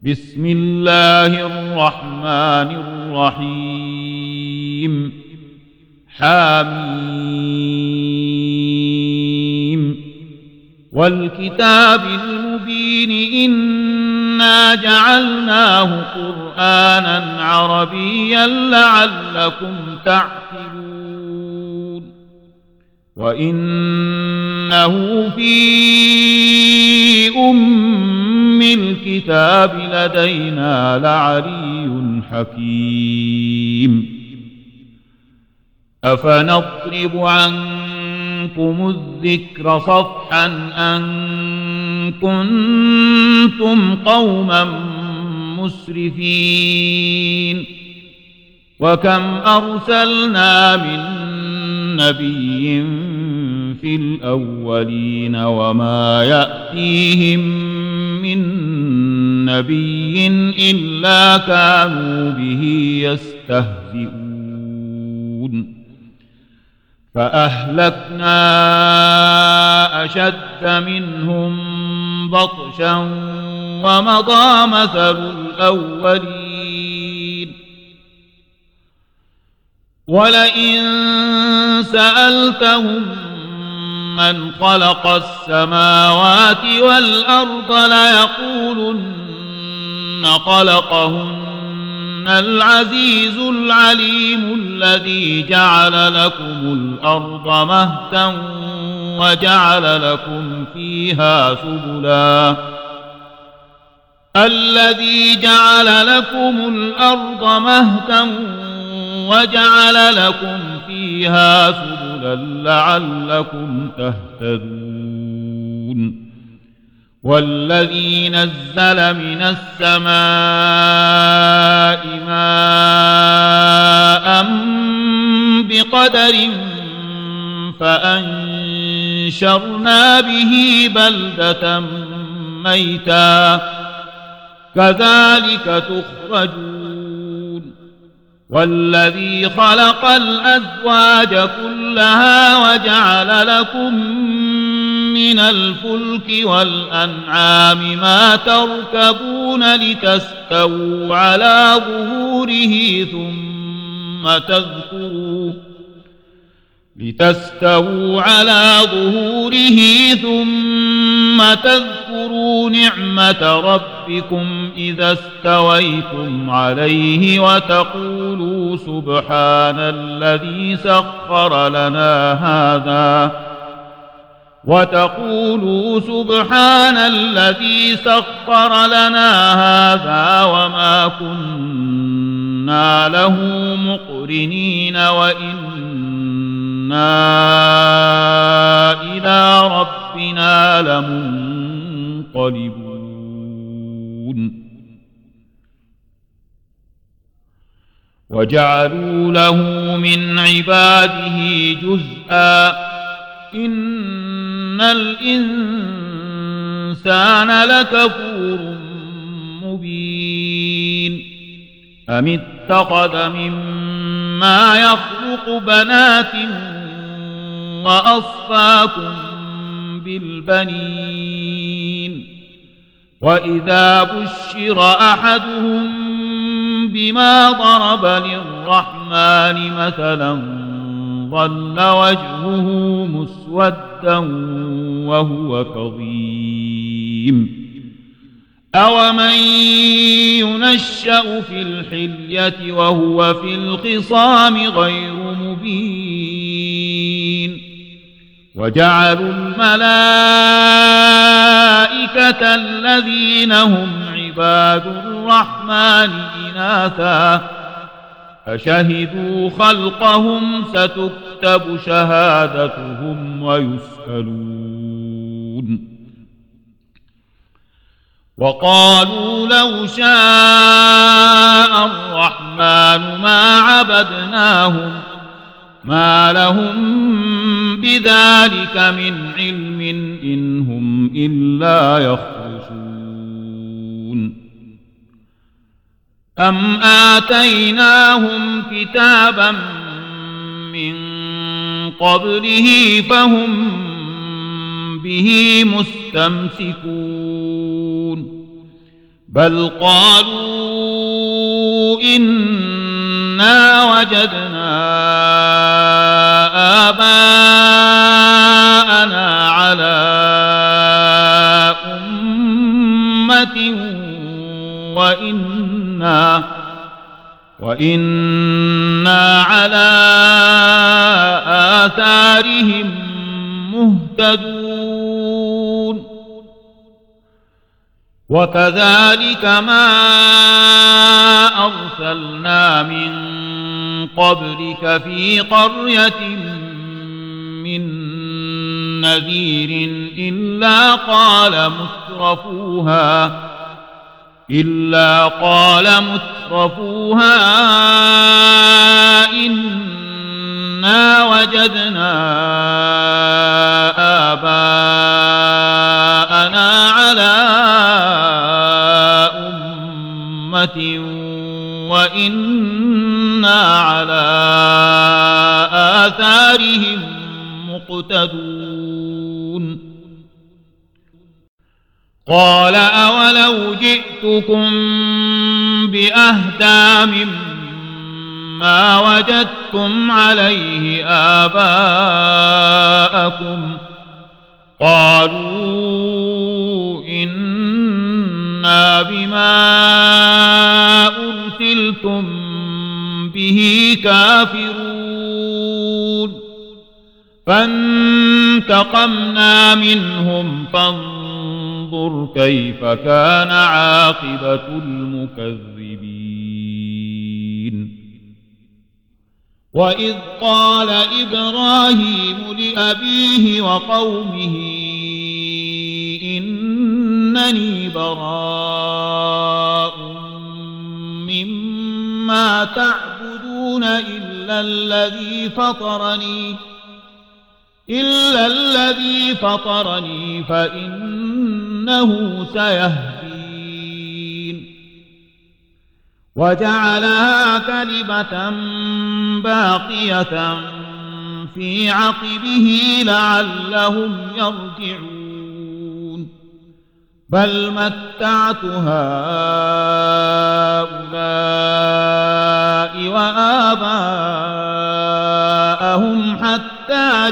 بسم الله الرحمن الرحيم حميم والكتاب المبين إنا جعلناه قرآنا عربيا لعلكم تعقلون وإنه في الكتاب لدينا لعلي حكيم أفنضرب عنكم الذكر صفحا أن كنتم قوما مسرفين وكم أرسلنا من نبي في الأولين وما يأتيهم من نبي إلا كانوا به يستهزئون فأهلكنا أشد منهم بطشا ومضى مثل الأولين ولئن سألتهم من خلق السماوات والأرض ليقولن خلقهن العزيز العليم الذي جعل لكم الأرض مهدا وجعل لكم فيها سبلا الذي جعل لكم الأرض مهدا وجعل لكم فيها سبلا لعلكم تهتدون والذي نزل من السماء ماء بقدر فأنشرنا به بلدة ميتا كذلك تخرجون والذي خلق الأزواج كلها وجعل لكم من الفلك والأنعام ما تركبون لتستووا على ظهوره ثم تذكروا نعمة ربكم إذا استويتم عليه وتقولوا سبحان الذي سخر لنا هذا وما كنا له مقرنين وإنا إلى ربنا لمنقلبون وجعلوا له من عباده جزءا إن الإنسان لكفور مبين أم اتخذ مما يخلق بنات وأصفاكم بالبنين وإذا بشر أحدهم بما ضرب للرحمن مثلا ظل وجهه مسودا وهو كظيم أومن ينشأ في الحلية وهو في الخصام غير مبين وجعلوا الملائكة الذين هم عباد الرحمن إناثا أشهدوا خلقهم ستكتب شهادتهم ويسألون وقالوا لو شاء الرحمن ما عبدناهم ما لهم بذلك من علم إن هم إلا يخرصون أم آتيناهم كتابا من قبله فهم به مستمسكون بل قالوا إنا وجدنا آباءنا على أمة وإنا على آثارهم مهتدون وكذلك ما أرسلنا من قبلك في قرية من نذير إلا قال مترفوها إنا وجدنا آباءنا على أمة وإنا على آثارهم مقتدون قال أولو جئتكم بأهدى مما وجدتم عليه آباءكم قالوا إنا بما أرسلتم به كافرون فانتقمنا منهم فانظر كيف كان عاقبة المكذبين وإذ قال إبراهيم لأبيه وقومه إنني براء مما تعبدون إلا الذي فطرني فإنه سيهدين وجعلها كلمة باقية في عقبه لعلهم يرجعون بل متعت هؤلاء وآباءهم حتى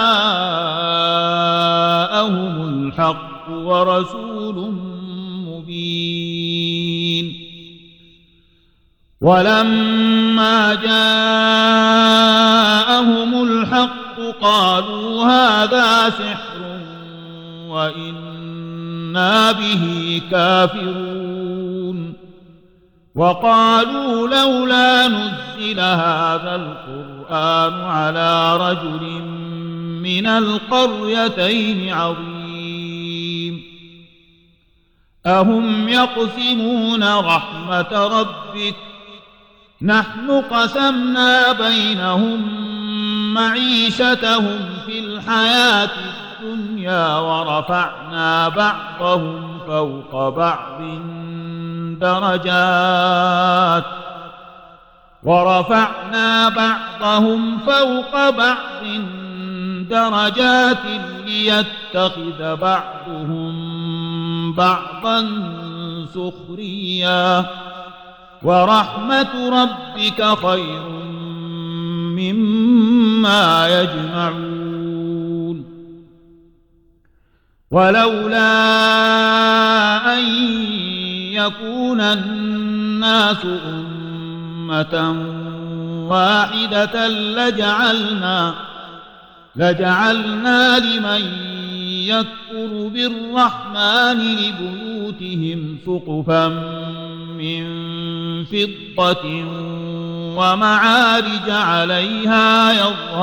جاءهم الحق ورسول مبين ولما جاءهم الحق قالوا هذا سحر وإنا به كافرون وقالوا لولا نزل هذا القرآن على رجل من القريتين عظيم أهم يقسمون رحمة ربك نحن قسمنا بينهم معيشتهم في الحياة الدنيا ورفعنا بعضهم فوق بعض درجات ليتخذ بعضهم بعضا سخريا ورحمة ربك خير مما يجمعون ولولا أن يكون الناس أمة واحدة لجعلنا لمن يكفر بالرحمن لبيوتهم سقفا من فضة ومعارج عليها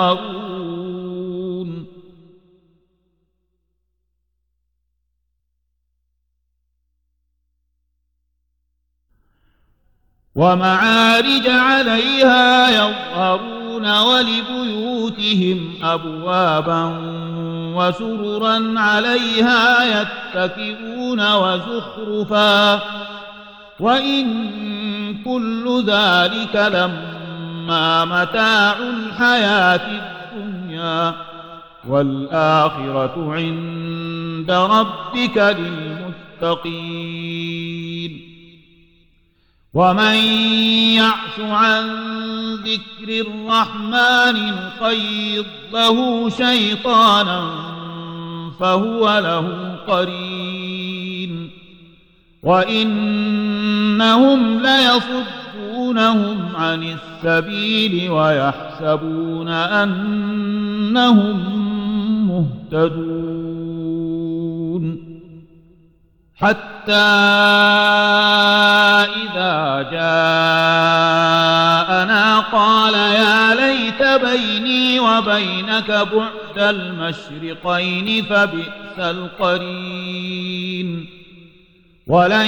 يظهرون ولبيوتهم أبوابا وسررا عليها يتكئون وزخرفا وإن كل ذلك لما متاع الحياة الدنيا والآخرة عند ربك للمتقين ومن يعش عن ذكر الرحمن نقيض له شيطانا فهو له قرين وإنهم ليصدونهم عن السبيل ويحسبون أنهم مهتدون حتى إذا جاءنا قال يا ليت بيني وبينك بعد المشرقين فبئس القرين ولن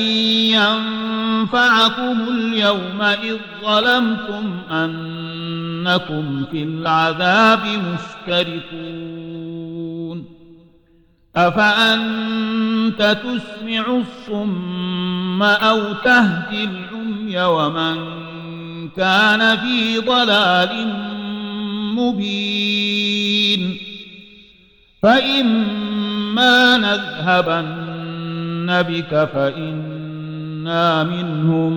ينفعكم اليوم إذ ظلمتم أنكم في العذاب مشتركون أفأنت تسمع الصم أو تهدي العمي ومن كان في ضلال مبين فإما نذهبن بك فإنا منهم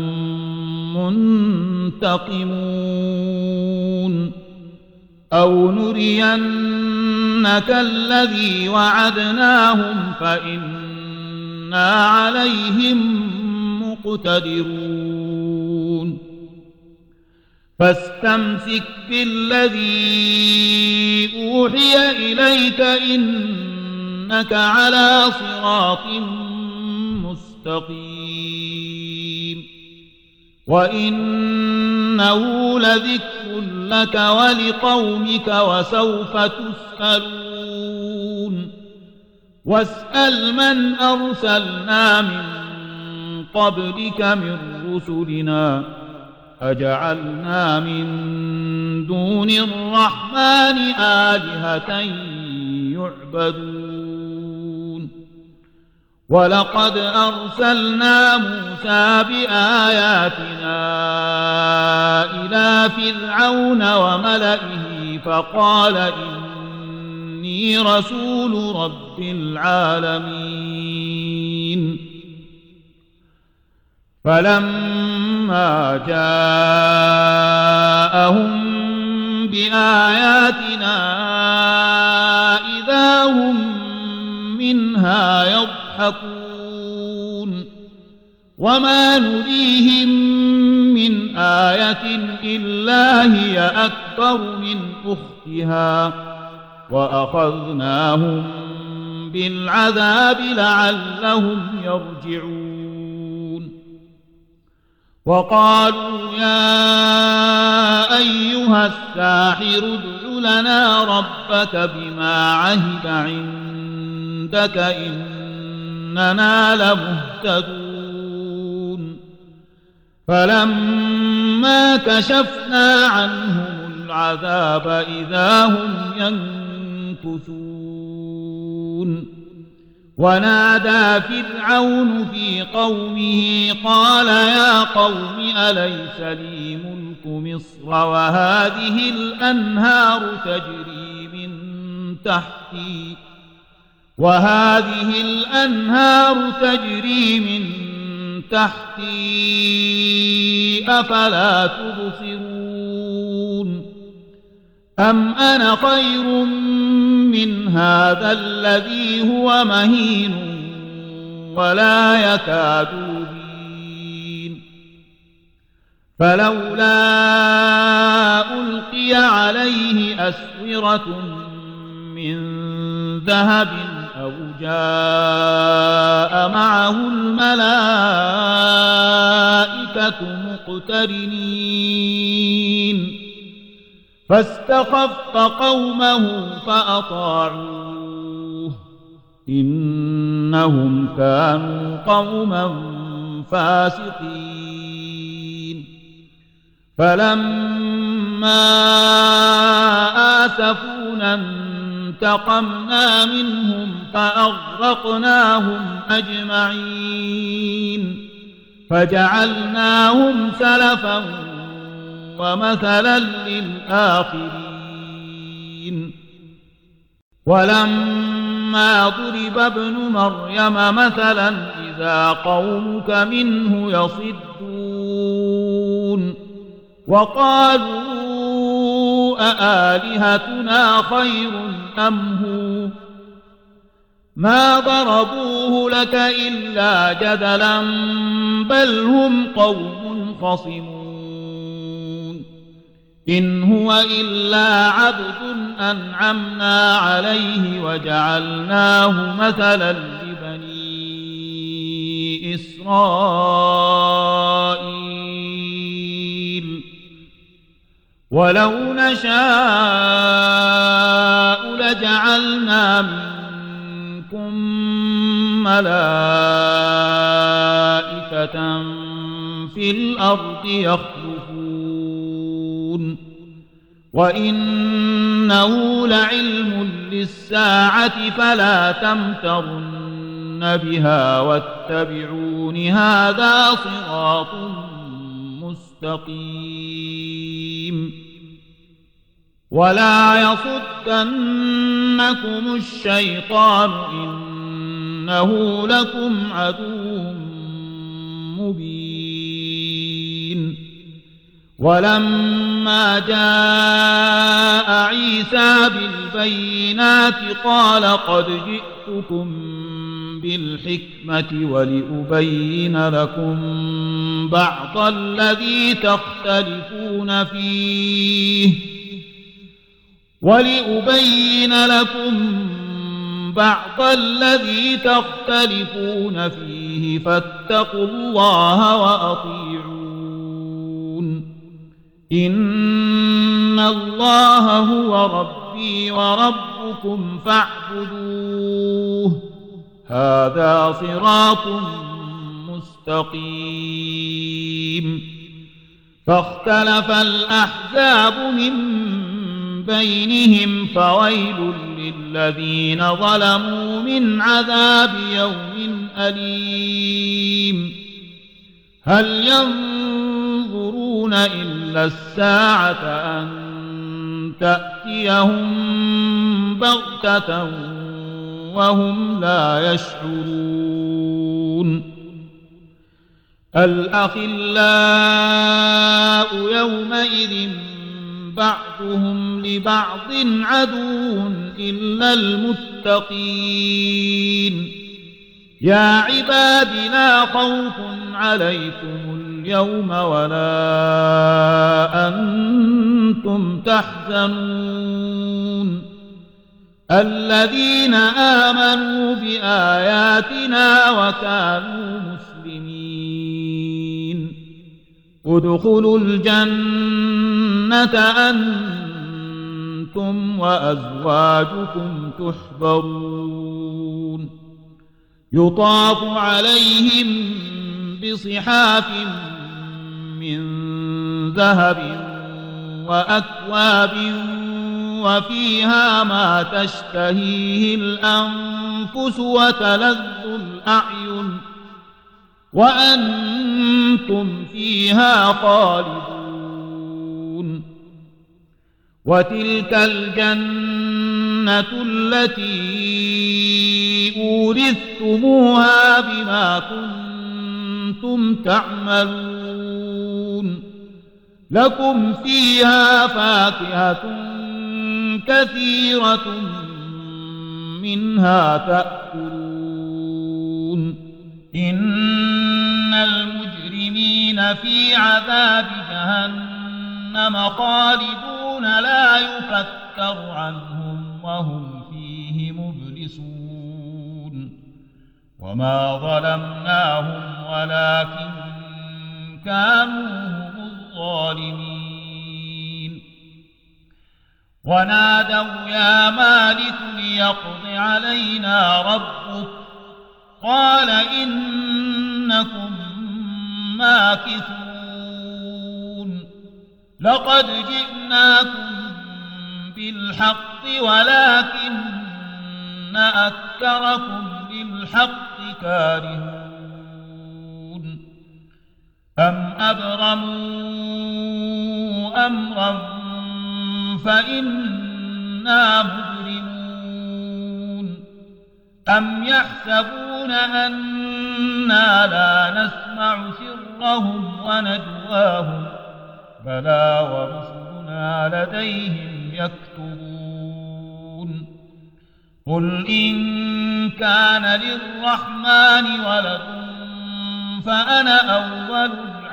منتقمون أو نرينك الذي وعدناهم فإنا عليهم مقتدرون فاستمسك بالذي أوحي إليك إنك على صراط مستقيم وإنه لذكر لك ولقومك وسوف تسألون واسأل من أرسلنا من قبلك من رسلنا أجعلنا من دون الرحمن آلهة يعبدون ولقد أرسلنا موسى بآياتنا إلى فرعون وملئه فقال إني رسول رب العالمين فلما جاءهم بآياتنا إذا هم منها يضحكون وما نريهم من آية إلا هي أكبر من أختها وأخذناهم بالعذاب لعلهم يرجعون وقالوا يا أيها الساحر ادع لنا ربك بما عهد عندك إننا لمهتدون فلما كشفنا عنهم العذاب إذا هم ينكثون ونادى فرعون في قومه قال يا قوم أليس لي ملك مصر وهذه الأنهار تجري من تحتي أفلا تبصرون أم أنا خير من هذا الذي هو مهين ولا يكاد يبين فلولا ألقي عليه أسورة من ذهب أو جاء معه الملائكة مقترنين فاستخف قومه فأطاعوه إنهم كانوا قوما فاسقين فلما آسفونا انتقمنا منهم فأغرقناهم أجمعين فجعلناهم سلفا ومثلا للآخرين ولما ولما ضرب ابن مريم مثلا إذا قومك منه يصدون وقالوا أآلهتنا خير أم هو ما ضربوه لك إلا جدلا بل هم قوم خصمون إن هو إلا عبد أنعمنا عليه وجعلناه مثلا لبني إسرائيل ولو نشاء لجعلنا منكم ملائكة في الأرض يخلفون وإنه لعلم للساعة فلا تمترن بها واتبعون هذا صراط مستقيم ولا يصدنكم الشيطان إنه لكم عدو مبين ولما جاء عيسى بالبينات قال قد جئتكم بالحكمة ولأبين لكم بعض الذي تختلفون فيه فاتقوا الله وأطيعون إن الله هو ربي وربكم فاعبدوه هذا صراط مستقيم فاختلف الأحزاب من بينهم فويل للذين ظلموا من عذاب يوم أليم هل ينظرون إلا الساعة أن تأتيهم بغتة وهم لا يشعرون الأخلاء يومئذ بعضهم لبعض عدو إلا المتقين يا عباد لا خوف عليكم اليوم ولا أنتم تحزنون الذين آمنوا بآياتنا وكانوا مسلمين ادخلوا الجنة أنتم وأزواجكم تحبرون يطاف عليهم بصحاف من ذهب وأكواب وفيها ما تشتهيه الأنفس وتلذ الأعين وأنتم فيها خالدون وتلك الجنة التي أورثتموها بما كنتم تعملون لكم فيها فاكهة كثيرة منها تأكلون إن المجرمين في عذاب جهنم خالدون لا يفتر عنهم وهم فيه مبلسون وما ظلمناهم ولكن كانوا هم الظالمين ونادوا يا مالك ليقض علينا ربك قال إنكم ماكثون لقد جئناكم بالحق ولكن أكثركم للحق كارهون أم أبرموا أمرا فإنا مبرمون أم يحسبون أنا لا نسمع سرهم ونجواهم بلى ورسلنا لديهم يكتبون قل إن كان للرحمن ولد فأنا أول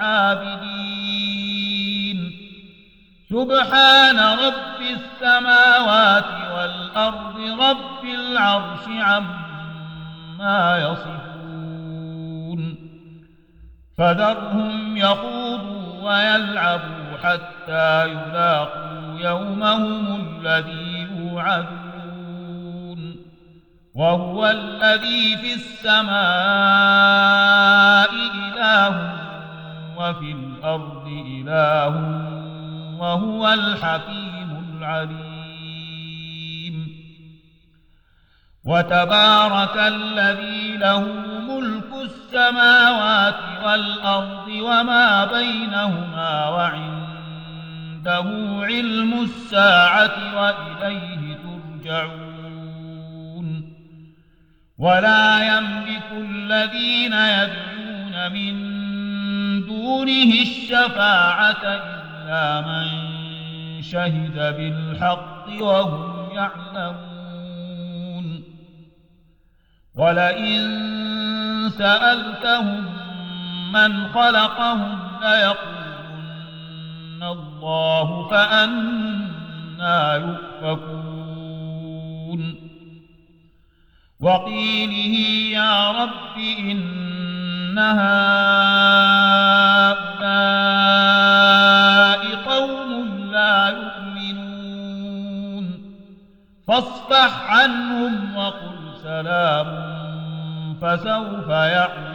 العابدين سبحان رب السماوات والأرض رب العرش عما يصفون فذرهم يخوضوا ويلعبوا حتى يلاقوا يومهم الذي يوعدون وهو الذي في السماء إله وفي الأرض إله وهو الحكيم العليم وتبارك الذي له ملك السماوات والأرض وما بينهما وعنده علم الساعة وإليه ترجعون ولا يملك الذين يدعون من دونه الشفاعة إلا من شهد بالحق وهم يعلمون ولئن سألتهم من خلقهم ليقولن الله فأنى يؤفكون وقيله يا رب إن هؤلاء قوم لا يؤمنون فاصفح عنهم وقل سلام فسوف يعلمون